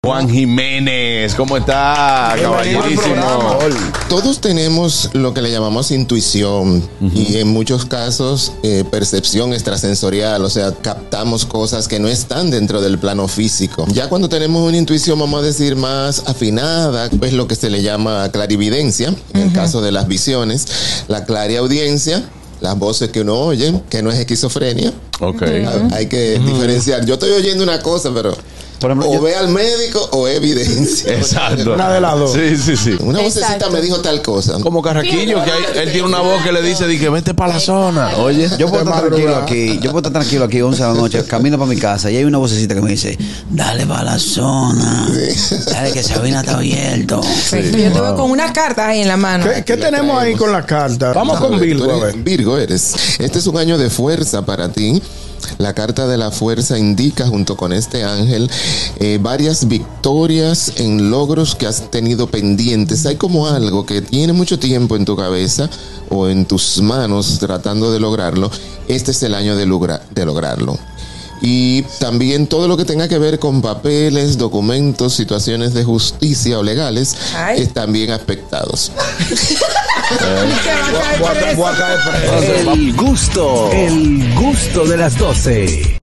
Juan Jiménez. ¿Cómo está, caballerísimo? Todos tenemos lo que le llamamos intuición y en muchos casos percepción extrasensorial, o sea, captamos cosas que no están dentro del plano físico. Ya cuando tenemos una intuición, vamos a decir, más afinada, es lo que se le llama clarividencia, en el caso de las visiones, la clariaudiencia, las voces que uno oye, que no es esquizofrenia. Okay. Hay que diferenciar. Yo estoy oyendo una cosa, pero por ejemplo, o ve al médico o evidencia. Exacto. Una de las dos. Sí. Una vocecita me dijo tal cosa. Como Carraquillo, que él tiene una voz que le dice, vete para la zona. Oye, yo puedo estar tranquilo aquí 11 de la noche, camino para mi casa y hay una vocecita que me dice, dale para la zona, dale que Sabina está abierto. Sí. Yo te veo con una carta ahí en la mano. ¿Qué tenemos ahí con la carta? Vamos con Virgo. A ver. Virgo eres. Este es un año de fuerza para ti. La carta de la fuerza indica, junto con este ángel, varias victorias en logros que has tenido pendientes. Hay como algo que tiene mucho tiempo en tu cabeza o en tus manos tratando de lograrlo. Este es el año de lograrlo. Y también todo lo que tenga que ver con papeles, documentos, situaciones de justicia o legales están bien aspectados. El gusto de las 12.